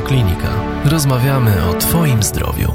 Radioklinika. Rozmawiamy o Twoim zdrowiu.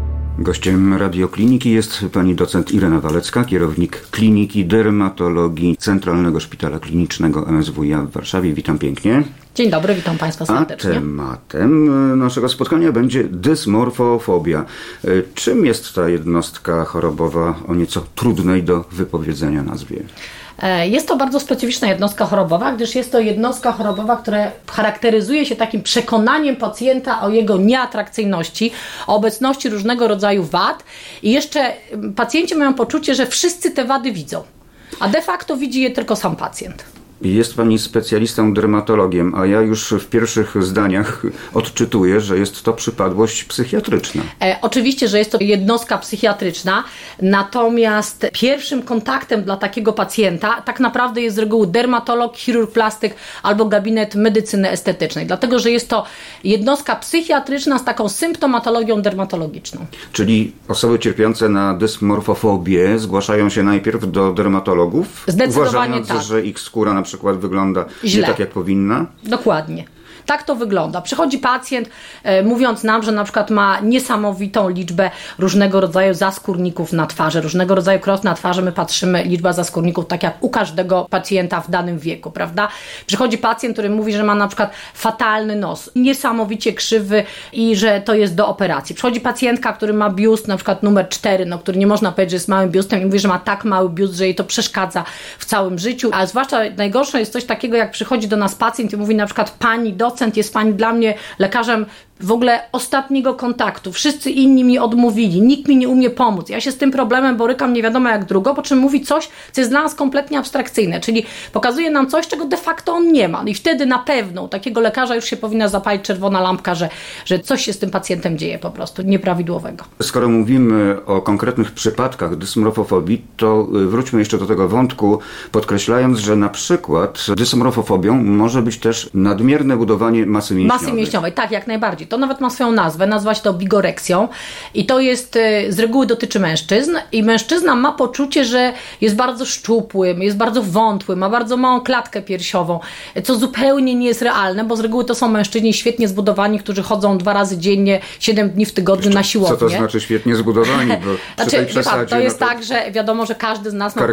Gościem Radiokliniki jest pani docent Irena Walecka, kierownik Kliniki Dermatologii Centralnego Szpitala Klinicznego MSWiA w Warszawie. Witam pięknie. Dzień dobry, witam Państwa serdecznie. A tematem naszego spotkania będzie dysmorfofobia. Czym jest ta jednostka chorobowa o nieco trudnej do wypowiedzenia nazwie? Jest to bardzo specyficzna jednostka chorobowa, gdyż jest to jednostka chorobowa, która charakteryzuje się takim przekonaniem pacjenta o jego nieatrakcyjności, o obecności różnego rodzaju wad i jeszcze pacjenci mają poczucie, że wszyscy te wady widzą, a de facto widzi je tylko sam pacjent. Jest pani specjalistą dermatologiem, a ja już w pierwszych zdaniach odczytuję, że jest to przypadłość psychiatryczna. Oczywiście, że jest to jednostka psychiatryczna, natomiast pierwszym kontaktem dla takiego pacjenta tak naprawdę jest z reguły dermatolog, chirurg plastyk albo gabinet medycyny estetycznej, dlatego że jest to jednostka psychiatryczna z taką symptomatologią dermatologiczną. Czyli osoby cierpiące na dysmorfofobię zgłaszają się najpierw do dermatologów, zdecydowanie uważając, tak, że ich skóra na przykład wygląda źle, nie tak, jak powinna? Dokładnie. Tak to wygląda. Przychodzi pacjent mówiąc nam, że na przykład ma niesamowitą liczbę różnego rodzaju zaskórników na twarzy, różnego rodzaju krosn na twarzy. My patrzymy, liczba zaskórników tak jak u każdego pacjenta w danym wieku, prawda? Przychodzi pacjent, który mówi, że ma na przykład fatalny nos, niesamowicie krzywy i że to jest do operacji. Przychodzi pacjentka, który ma biust na przykład numer 4, który nie można powiedzieć, że jest małym biustem i mówi, że ma tak mały biust, że jej to przeszkadza w całym życiu. A zwłaszcza najgorsze jest coś takiego, jak przychodzi do nas pacjent i mówi na przykład: pani docent, jest pani dla mnie lekarzem w ogóle ostatniego kontaktu. Wszyscy inni mi odmówili. Nikt mi nie umie pomóc. Ja się z tym problemem borykam nie wiadomo jak długo, po czym mówi coś, co jest dla nas kompletnie abstrakcyjne, czyli pokazuje nam coś, czego de facto on nie ma. I wtedy na pewno u takiego lekarza już się powinna zapalić czerwona lampka, że coś się z tym pacjentem dzieje po prostu nieprawidłowego. Skoro mówimy o konkretnych przypadkach dysmorfofobii, to wróćmy jeszcze do tego wątku, podkreślając, że na przykład dysmorfofobią może być też nadmierne budowanie masy mięśniowej. Masy mięśniowej, tak, jak najbardziej. To nawet ma swoją nazwę, nazywa się to bigoreksją i to jest, z reguły dotyczy mężczyzn i mężczyzna ma poczucie, że jest bardzo szczupłym, jest bardzo wątły, ma bardzo małą klatkę piersiową, co zupełnie nie jest realne, bo z reguły to są mężczyźni świetnie zbudowani, którzy chodzą 2 razy dziennie, 7 dni w tygodniu na siłownię. Co to znaczy świetnie zbudowani? Bo to jest tak, że wiadomo, że każdy z nas ma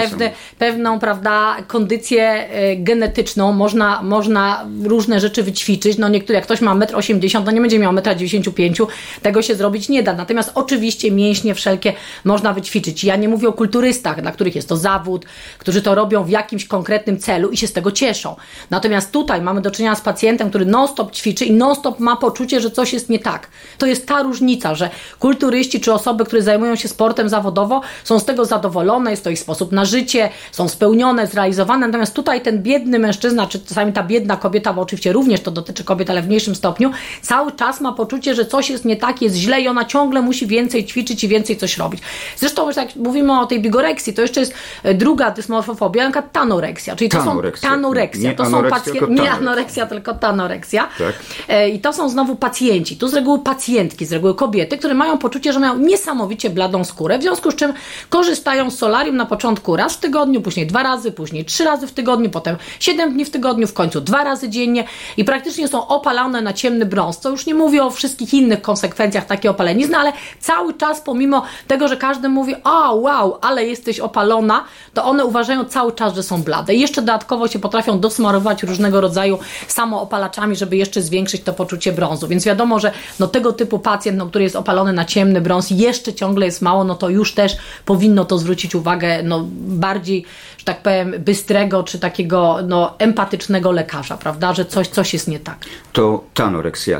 pewną prawda, kondycję genetyczną, można różne rzeczy wyćwiczyć, niektóre, jak ktoś ma 1,80 m, nie będzie miał 1,95 m, tego się zrobić nie da. Natomiast oczywiście mięśnie wszelkie można wyćwiczyć. Ja nie mówię o kulturystach, dla których jest to zawód, którzy to robią w jakimś konkretnym celu i się z tego cieszą. Natomiast tutaj mamy do czynienia z pacjentem, który non-stop ćwiczy i non-stop ma poczucie, że coś jest nie tak. To jest ta różnica, że kulturyści czy osoby, które zajmują się sportem zawodowo, są z tego zadowolone, jest to ich sposób na życie, są spełnione, zrealizowane. Natomiast tutaj ten biedny mężczyzna, czy czasami ta biedna kobieta, bo oczywiście również to dotyczy kobiet, ale w mniejszym stopniu, cały czas ma poczucie, że coś jest nie tak, jest źle i ona ciągle musi więcej ćwiczyć i więcej coś robić. Zresztą, jak mówimy o tej bigoreksji, to jeszcze jest druga dysmorfofobia, jaka tanoreksja, czyli to są tanoreksja. To są nie anoreksja, tylko tanoreksja. Tak. I to są znowu pacjenci. Tu z reguły pacjentki, z reguły kobiety, które mają poczucie, że mają niesamowicie bladą skórę, w związku z czym korzystają z solarium na początku raz w tygodniu, później 2 razy, później 3 razy w tygodniu, potem 7 dni w tygodniu, w końcu 2 razy dziennie i praktycznie są opalane na ciemny brąz, co już nie mówię o wszystkich innych konsekwencjach takiej opalenizny, ale cały czas pomimo tego, że każdy mówi: o wow, ale jesteś opalona, to one uważają cały czas, że są blade. I jeszcze dodatkowo się potrafią dosmarować różnego rodzaju samoopalaczami, żeby jeszcze zwiększyć to poczucie brązu. Więc wiadomo, że tego typu pacjent, który jest opalony na ciemny brąz, jeszcze ciągle jest mało, to już też powinno to zwrócić uwagę bardziej, że tak powiem, bystrego, czy takiego empatycznego lekarza, prawda, że coś jest nie tak. To tanoreksja.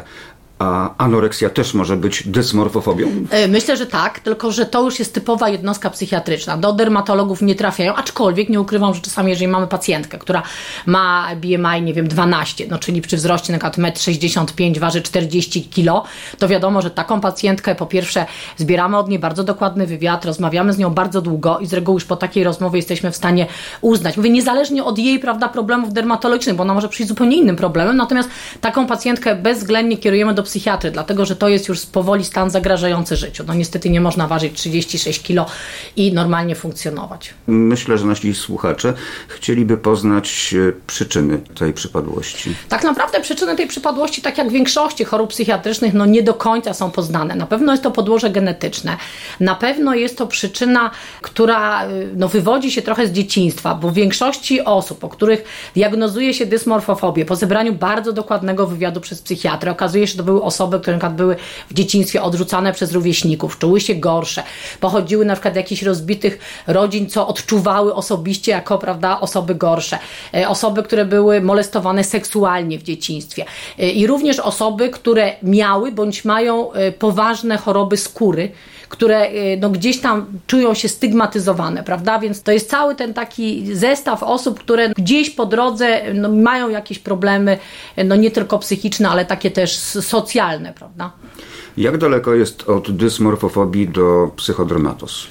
A anoreksja też może być dysmorfofobią? Myślę, że tak, tylko że to już jest typowa jednostka psychiatryczna. Do dermatologów nie trafiają, aczkolwiek nie ukrywam, że czasami jeżeli mamy pacjentkę, która ma BMI, 12, czyli przy wzroście na przykład 1,65 m waży 40 kg, to wiadomo, że taką pacjentkę po pierwsze zbieramy od niej bardzo dokładny wywiad, rozmawiamy z nią bardzo długo i z reguły już po takiej rozmowie jesteśmy w stanie uznać. Mówię, niezależnie od jej, problemów dermatologicznych, bo ona może przyjść z zupełnie innym problemem, natomiast taką pacjentkę bezwzględnie kierujemy do psychiatry, dlatego że to jest już powoli stan zagrażający życiu. No niestety nie można ważyć 36 kilo i normalnie funkcjonować. Myślę, że nasi słuchacze chcieliby poznać przyczyny tej przypadłości. Tak naprawdę przyczyny tej przypadłości, tak jak w większości chorób psychiatrycznych, no nie do końca są poznane. Na pewno jest to podłoże genetyczne. Na pewno jest to przyczyna, która wywodzi się trochę z dzieciństwa, bo w większości osób, o których diagnozuje się dysmorfofobię, po zebraniu bardzo dokładnego wywiadu przez psychiatrę, okazuje się, że to były osoby, które na przykład były w dzieciństwie odrzucane przez rówieśników, czuły się gorsze, pochodziły na przykład z jakichś rozbitych rodzin, co odczuwały osobiście jako, prawda, osoby gorsze. Osoby, które były molestowane seksualnie w dzieciństwie. I również osoby, które miały bądź mają poważne choroby skóry, które gdzieś tam czują się stygmatyzowane, prawda? Więc to jest cały ten taki zestaw osób, które gdzieś po drodze mają jakieś problemy, nie tylko psychiczne, ale takie też socjalne, prawda? Jak daleko jest od dysmorfofobii do psychodermatos?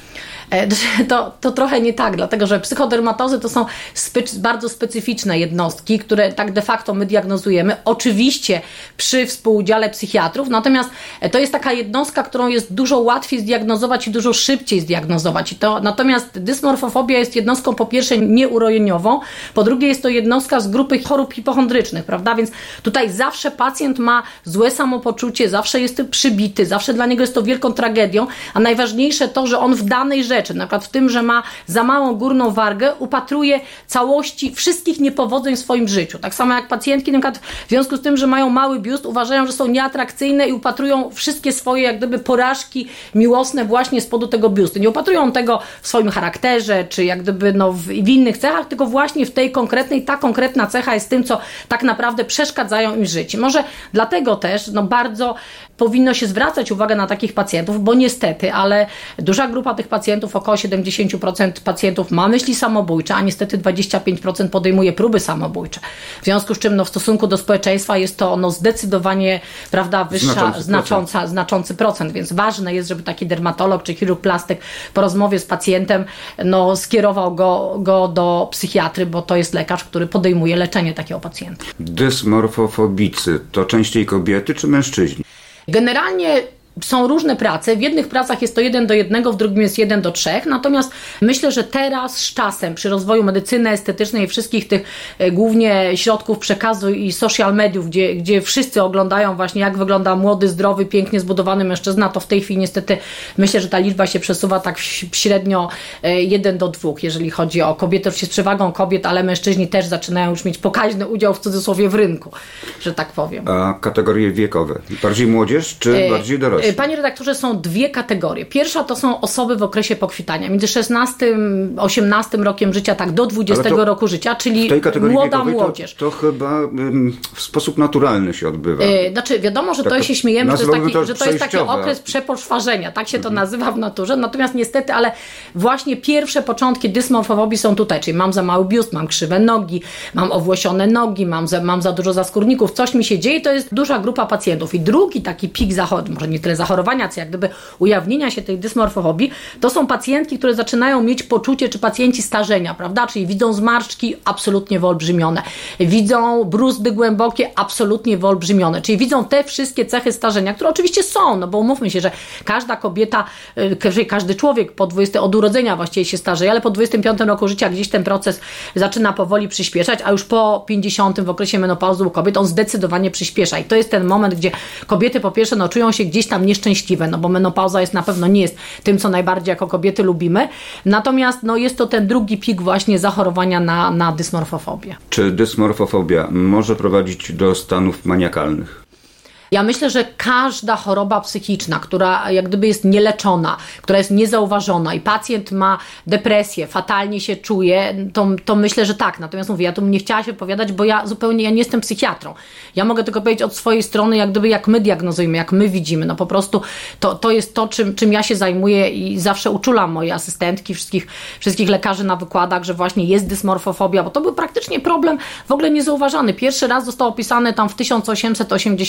To trochę nie tak, dlatego że psychodermatozy to są bardzo specyficzne jednostki, które tak de facto my diagnozujemy, oczywiście przy współudziale psychiatrów, natomiast to jest taka jednostka, którą jest dużo łatwiej zdiagnozować i dużo szybciej zdiagnozować. Natomiast dysmorfofobia jest jednostką po pierwsze nieurojeniową, po drugie jest to jednostka z grupy chorób hipochondrycznych, prawda, więc tutaj zawsze pacjent ma złe samopoczucie, zawsze jest przybity, zawsze dla niego jest to wielką tragedią, a najważniejsze to, że on w danej rzeczy, na przykład w tym, że ma za małą górną wargę, upatruje całości wszystkich niepowodzeń w swoim życiu. Tak samo jak pacjentki na przykład w związku z tym, że mają mały biust, uważają, że są nieatrakcyjne i upatrują wszystkie swoje jak gdyby porażki miłosne właśnie z powodu tego biustu. Nie upatrują tego w swoim charakterze, czy jak gdyby w innych cechach, tylko właśnie w tej konkretnej, ta konkretna cecha jest tym, co tak naprawdę przeszkadzają im w życiu. Może dlatego też bardzo powinno się zwracać uwagę na takich pacjentów, bo niestety, ale duża grupa tych pacjentów, około 70% pacjentów ma myśli samobójcze, a niestety 25% podejmuje próby samobójcze. W związku z czym w stosunku do społeczeństwa jest to zdecydowanie, prawda, wyższa, znaczący procent, więc ważne jest, żeby taki dermatolog czy chirurg plastyk po rozmowie z pacjentem skierował go do psychiatry, bo to jest lekarz, który podejmuje leczenie takiego pacjenta. Dysmorfofobicy to częściej kobiety czy mężczyźni? Generalnie są różne prace. W jednych pracach jest to 1:1, w drugim jest 1:3. Natomiast myślę, że teraz z czasem, przy rozwoju medycyny estetycznej i wszystkich tych głównie środków przekazu i social mediów, gdzie wszyscy oglądają właśnie, jak wygląda młody, zdrowy, pięknie zbudowany mężczyzna, to w tej chwili niestety myślę, że ta liczba się przesuwa tak średnio 1:2, jeżeli chodzi o kobiety. Oczywiście z przewagą kobiet, ale mężczyźni też zaczynają już mieć pokaźny udział w cudzysłowie w rynku, że tak powiem. A kategorie wiekowe? Bardziej młodzież czy bardziej dorośli? Panie redaktorze, są dwie kategorie. Pierwsza to są osoby w okresie pokwitania, między 16 a 18 rokiem życia, tak do 20 roku życia, czyli młoda młodzież. To chyba w sposób naturalny się odbywa. Znaczy wiadomo, że to się śmiejemy, że to jest taki okres przepoczwarzenia, tak się to nazywa w naturze, natomiast niestety, ale właśnie pierwsze początki dysmorfofobii są tutaj, czyli mam za mały biust, mam krzywe nogi, mam owłosione nogi, mam za dużo zaskórników, coś mi się dzieje, to jest duża grupa pacjentów. I drugi taki pik zachodu, może nie tyle zachorowania, co jak gdyby ujawnienia się tej dysmorfofobii, to są pacjentki, które zaczynają mieć poczucie, czy pacjenci starzenia, prawda? Czyli widzą zmarszczki absolutnie wyolbrzymione, widzą bruzdy głębokie absolutnie wyolbrzymione, czyli widzą te wszystkie cechy starzenia, które oczywiście są, bo umówmy się, że każda kobieta, każdy człowiek od urodzenia właściwie się starzeje, ale po 25 roku życia gdzieś ten proces zaczyna powoli przyspieszać, a już po 50 w okresie menopauzy u kobiet on zdecydowanie przyspiesza i to jest ten moment, gdzie kobiety po pierwsze czują się gdzieś tam nieszczęśliwe, bo menopauza na pewno nie jest tym, co najbardziej jako kobiety lubimy. Natomiast jest to ten drugi pik właśnie zachorowania na dysmorfofobię. Czy dysmorfofobia może prowadzić do stanów maniakalnych? Ja myślę, że każda choroba psychiczna, która jak gdyby jest nieleczona, która jest niezauważona i pacjent ma depresję, fatalnie się czuje, to myślę, że tak. Natomiast mówię, ja tu nie chciała się wypowiadać, bo ja nie jestem psychiatrą. Ja mogę tylko powiedzieć od swojej strony, jak my diagnozujemy, jak my widzimy. Po prostu to jest to, czym ja się zajmuję i zawsze uczulam moje asystentki, wszystkich lekarzy na wykładach, że właśnie jest dysmorfofobia, bo to był praktycznie problem w ogóle niezauważany. Pierwszy raz został opisany tam w 1880 chyba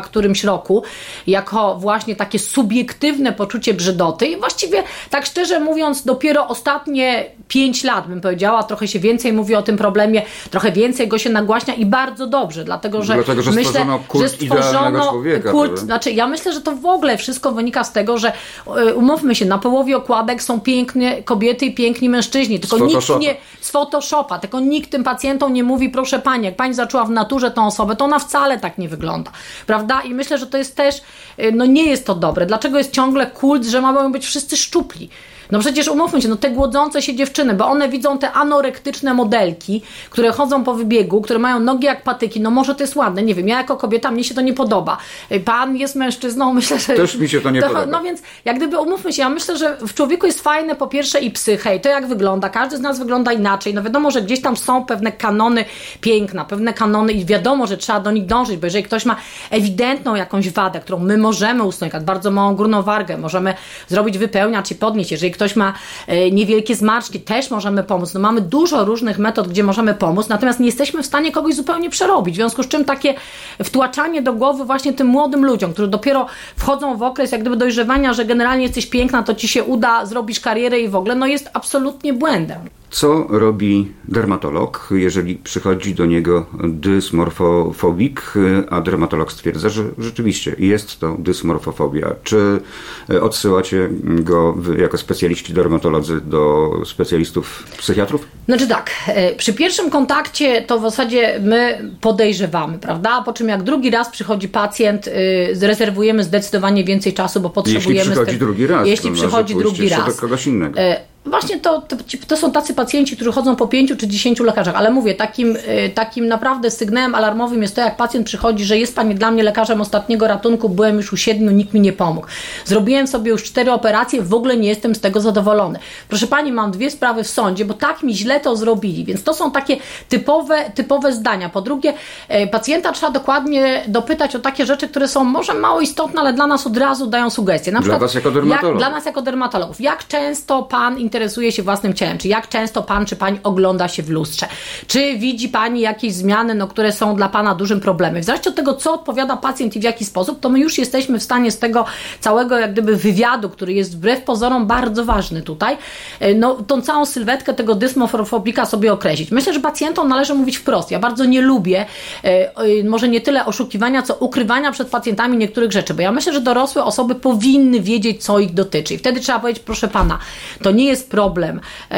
którymś roku, jako właśnie takie subiektywne poczucie brzydoty i właściwie, tak szczerze mówiąc, dopiero ostatnie 5 lat, bym powiedziała, trochę się więcej mówi o tym problemie, trochę więcej go się nagłaśnia i bardzo dobrze, dlatego że myślę, stworzono kult że stworzono człowieka, kult, znaczy ja myślę, że to w ogóle wszystko wynika z tego, że umówmy się, na połowie okładek są piękne kobiety i piękni mężczyźni, tylko nikt nie z Photoshopa, tylko nikt tym pacjentom nie mówi, proszę pani, jak pani zaczęła w naturze tą osobę, to ona wcale tak nie wygląda, prawda? I myślę, że to jest też, nie jest to dobre. Dlaczego jest ciągle kult, że mają być wszyscy szczupli? No przecież umówmy się, te głodzące się dziewczyny, bo one widzą te anorektyczne modelki, które chodzą po wybiegu, które mają nogi jak patyki, może to jest ładne, nie wiem, ja jako kobieta, mnie się to nie podoba. Pan jest mężczyzną, myślę, że... Też mi się to nie podoba. No więc, jak gdyby umówmy się, ja myślę, że w człowieku jest fajne po pierwsze i psyche, i to jak wygląda, każdy z nas wygląda inaczej, no wiadomo, że gdzieś tam są pewne kanony piękna, pewne kanony i wiadomo, że trzeba do nich dążyć, bo jeżeli ktoś ma ewidentną jakąś wadę, którą my możemy usunąć, jak bardzo małą górną wargę, możemy zrobić wypełniacz i podnieść, jeżeli ktoś ma niewielkie zmarszczki, też możemy pomóc. Mamy dużo różnych metod, gdzie możemy pomóc, natomiast nie jesteśmy w stanie kogoś zupełnie przerobić. W związku z czym takie wtłaczanie do głowy właśnie tym młodym ludziom, którzy dopiero wchodzą w okres jak gdyby dojrzewania, że generalnie jesteś piękna, to ci się uda, zrobisz karierę i w ogóle, jest absolutnie błędem. Co robi dermatolog, jeżeli przychodzi do niego dysmorfofobik, a dermatolog stwierdza, że rzeczywiście jest to dysmorfofobia? Czy odsyłacie go jako specjaliści dermatolodzy do specjalistów psychiatrów? Znaczy tak, przy pierwszym kontakcie to w zasadzie my podejrzewamy, prawda? Po czym jak drugi raz przychodzi pacjent, zrezerwujemy zdecydowanie więcej czasu, bo potrzebujemy... Jeśli przychodzi drugi raz. Jeśli przychodzi drugi raz. Do kogoś innego. Właśnie to są tacy pacjenci, którzy chodzą po 5 czy 10 lekarzach, ale mówię, takim naprawdę sygnałem alarmowym jest to, jak pacjent przychodzi, że jest pani dla mnie lekarzem ostatniego ratunku, byłem już u 7, nikt mi nie pomógł. Zrobiłem sobie już 4 operacje, w ogóle nie jestem z tego zadowolony. Proszę pani, mam 2 sprawy w sądzie, bo tak mi źle to zrobili, więc to są takie typowe zdania. Po drugie, pacjenta trzeba dokładnie dopytać o takie rzeczy, które są może mało istotne, ale dla nas od razu dają sugestie. Na przykład, dla was jako dermatolog. Dla nas jako dermatologów. Jak często pan interesuje się własnym ciałem? Czy jak często pan czy pani ogląda się w lustrze? Czy widzi pani jakieś zmiany, które są dla pana dużym problemem? W zależności od tego, co odpowiada pacjent i w jaki sposób, to my już jesteśmy w stanie z tego całego jak gdyby wywiadu, który jest wbrew pozorom bardzo ważny tutaj, tą całą sylwetkę tego dysmorfofobika sobie określić. Myślę, że pacjentom należy mówić wprost. Ja bardzo nie lubię może nie tyle oszukiwania, co ukrywania przed pacjentami niektórych rzeczy, bo ja myślę, że dorosłe osoby powinny wiedzieć, co ich dotyczy. I wtedy trzeba powiedzieć, proszę pana, to nie jest problem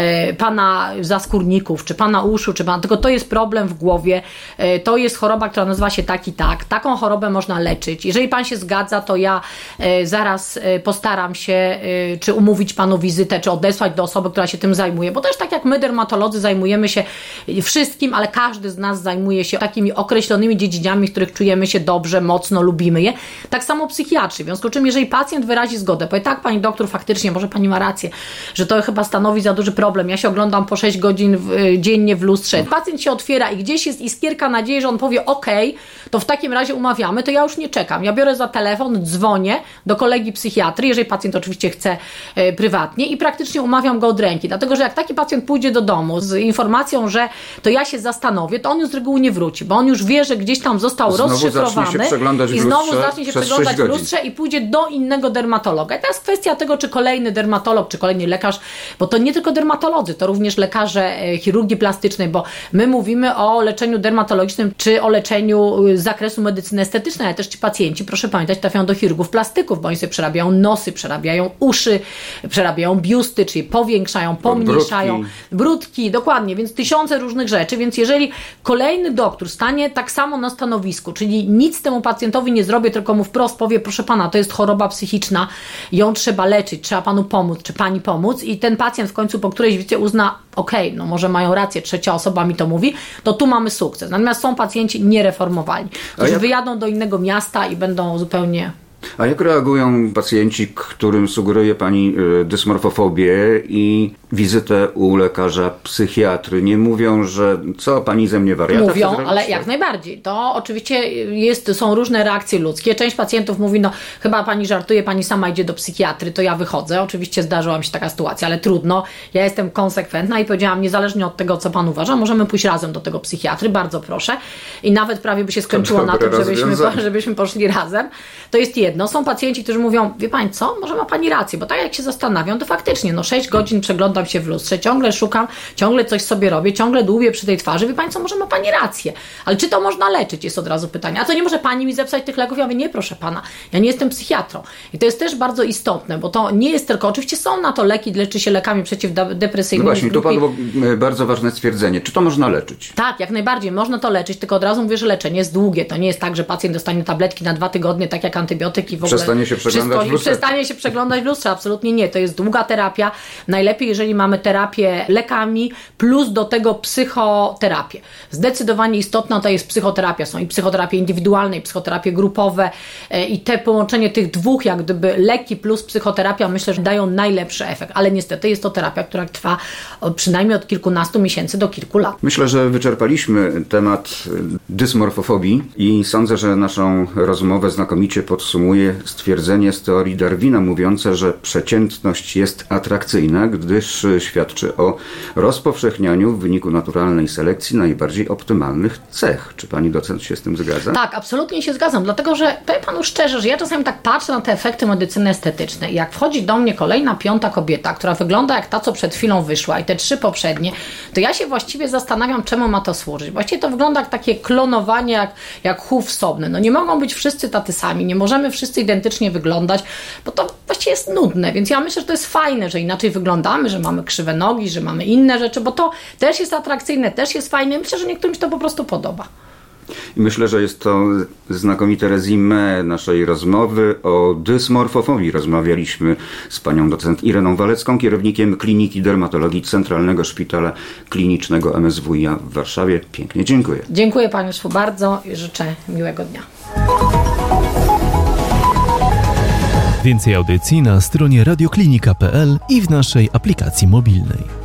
pana zaskórników, czy pana uszu, tylko to jest problem w głowie, to jest choroba, która nazywa się tak i tak, taką chorobę można leczyć. Jeżeli pan się zgadza, to ja zaraz postaram się, czy umówić panu wizytę, czy odesłać do osoby, która się tym zajmuje, bo też tak jak my, dermatolodzy, zajmujemy się wszystkim, ale każdy z nas zajmuje się takimi określonymi dziedzinami, w których czujemy się dobrze, mocno, lubimy je. Tak samo psychiatrzy. W związku z czym, jeżeli pacjent wyrazi zgodę, powie tak, pani doktor, faktycznie, może pani ma rację, że to chyba stanowi za duży problem. Ja się oglądam po 6 godzin dziennie w lustrze. Pacjent się otwiera i gdzieś jest iskierka nadziei, że on powie okej, to w takim razie umawiamy, to ja już nie czekam. Ja biorę za telefon, dzwonię do kolegi psychiatry, jeżeli pacjent oczywiście chce prywatnie i praktycznie umawiam go od ręki. Dlatego, że jak taki pacjent pójdzie do domu z informacją, że to ja się zastanowię, to on już z reguły nie wróci, bo on już wie, że gdzieś tam został rozszyfrowany i znowu zacznie się przeglądać w lustrze i pójdzie do innego dermatologa. I teraz kwestia tego, czy kolejny dermatolog, czy kolejny lekarz, bo to nie tylko dermatolodzy, to również lekarze chirurgii plastycznej, bo my mówimy o leczeniu dermatologicznym, czy o leczeniu z zakresu medycyny estetycznej, ale też ci pacjenci, proszę pamiętać, trafiają do chirurgów plastyków, bo oni sobie przerabiają nosy, przerabiają uszy, przerabiają biusty, czyli powiększają, pomniejszają, brudki, dokładnie, więc tysiące różnych rzeczy, więc jeżeli kolejny doktor stanie tak samo na stanowisku, czyli nic temu pacjentowi nie zrobię, tylko mu wprost powie, proszę pana, to jest choroba psychiczna, ją trzeba leczyć, trzeba panu pomóc, czy pani pomóc i ten pacjent w końcu po którejś wizycie uzna, może mają rację, trzecia osoba mi to mówi, to tu mamy sukces. Natomiast są pacjenci niereformowalni, którzy wyjadą do innego miasta i będą zupełnie... A jak reagują pacjenci, którym sugeruje pani dysmorfofobię i wizytę u lekarza psychiatry? Nie mówią, że co pani ze mnie wariata? Mówią, ale jak najbardziej. To oczywiście są różne reakcje ludzkie. Część pacjentów mówi, no chyba pani żartuje, pani sama idzie do psychiatry, to ja wychodzę. Oczywiście zdarzyła mi się taka sytuacja, ale trudno. Ja jestem konsekwentna i powiedziałam, niezależnie od tego, co pan uważa, możemy pójść razem do tego psychiatry, bardzo proszę. I nawet prawie by się skończyło na tym, żebyśmy poszli razem. To jest jedno. Są pacjenci, którzy mówią, wie pani co, może ma pani rację, bo tak jak się zastanawiam, to faktycznie 6 godzin przeglądam się w lustrze, ciągle szukam, ciągle coś sobie robię, ciągle dłubię przy tej twarzy. Wie pani co, może ma pani rację. Ale czy to można leczyć? Jest od razu pytanie. A to nie może pani mi zepsać tych leków? Ja mówię, nie proszę pana, ja nie jestem psychiatrą. I to jest też bardzo istotne, bo to nie jest tylko, oczywiście są na to leki, leczy się lekami przeciwdepresyjnymi. No właśnie, tu padło bardzo ważne stwierdzenie. Czy to można leczyć? Tak, jak najbardziej. Można to leczyć, tylko od razu mówię, że leczenie jest długie. To nie jest tak, że pacjent dostanie tabletki na 2 tygodnie, tak jak antybiotyki w ogóle. Przestanie się przeglądać w lustrze. Absolutnie nie. To jest długa terapia. Najlepiej, jeżeli mamy terapię lekami plus do tego psychoterapię. Zdecydowanie istotna to jest psychoterapia. Są i psychoterapie indywidualne, i psychoterapie grupowe i te połączenie tych dwóch, jak gdyby leki plus psychoterapia, myślę, że dają najlepszy efekt. Ale niestety jest to terapia, która trwa przynajmniej od kilkunastu miesięcy do kilku lat. Myślę, że wyczerpaliśmy temat dysmorfofobii i sądzę, że naszą rozmowę znakomicie podsumuje stwierdzenie z teorii Darwina mówiące, że przeciętność jest atrakcyjna, gdyż świadczy o rozpowszechnianiu w wyniku naturalnej selekcji najbardziej optymalnych cech. Czy pani docent się z tym zgadza? Tak, absolutnie się zgadzam, dlatego że powiem panu szczerze, że ja czasami tak patrzę na te efekty medycyny estetycznej i jak wchodzi do mnie kolejna 5. kobieta, która wygląda jak ta, co przed chwilą wyszła i te 3 poprzednie, to ja się właściwie zastanawiam, czemu ma to służyć. Właściwie to wygląda jak takie klonowanie, jak chów wsobny. No nie mogą być wszyscy tacy sami, nie możemy wszyscy identycznie wyglądać, bo to właściwie jest nudne, więc ja myślę, że to jest fajne, że inaczej wyglądamy, że mamy krzywe nogi, że mamy inne rzeczy, bo to też jest atrakcyjne, też jest fajne. Myślę, że niektórym się to po prostu podoba. I myślę, że jest to znakomite resume naszej rozmowy o dysmorfofobii. Rozmawialiśmy z panią docent Ireną Walecką, kierownikiem Kliniki Dermatologii Centralnego Szpitala Klinicznego MSWiA w Warszawie. Pięknie dziękuję. Dziękuję państwu bardzo i życzę miłego dnia. Więcej audycji na stronie radioklinika.pl i w naszej aplikacji mobilnej.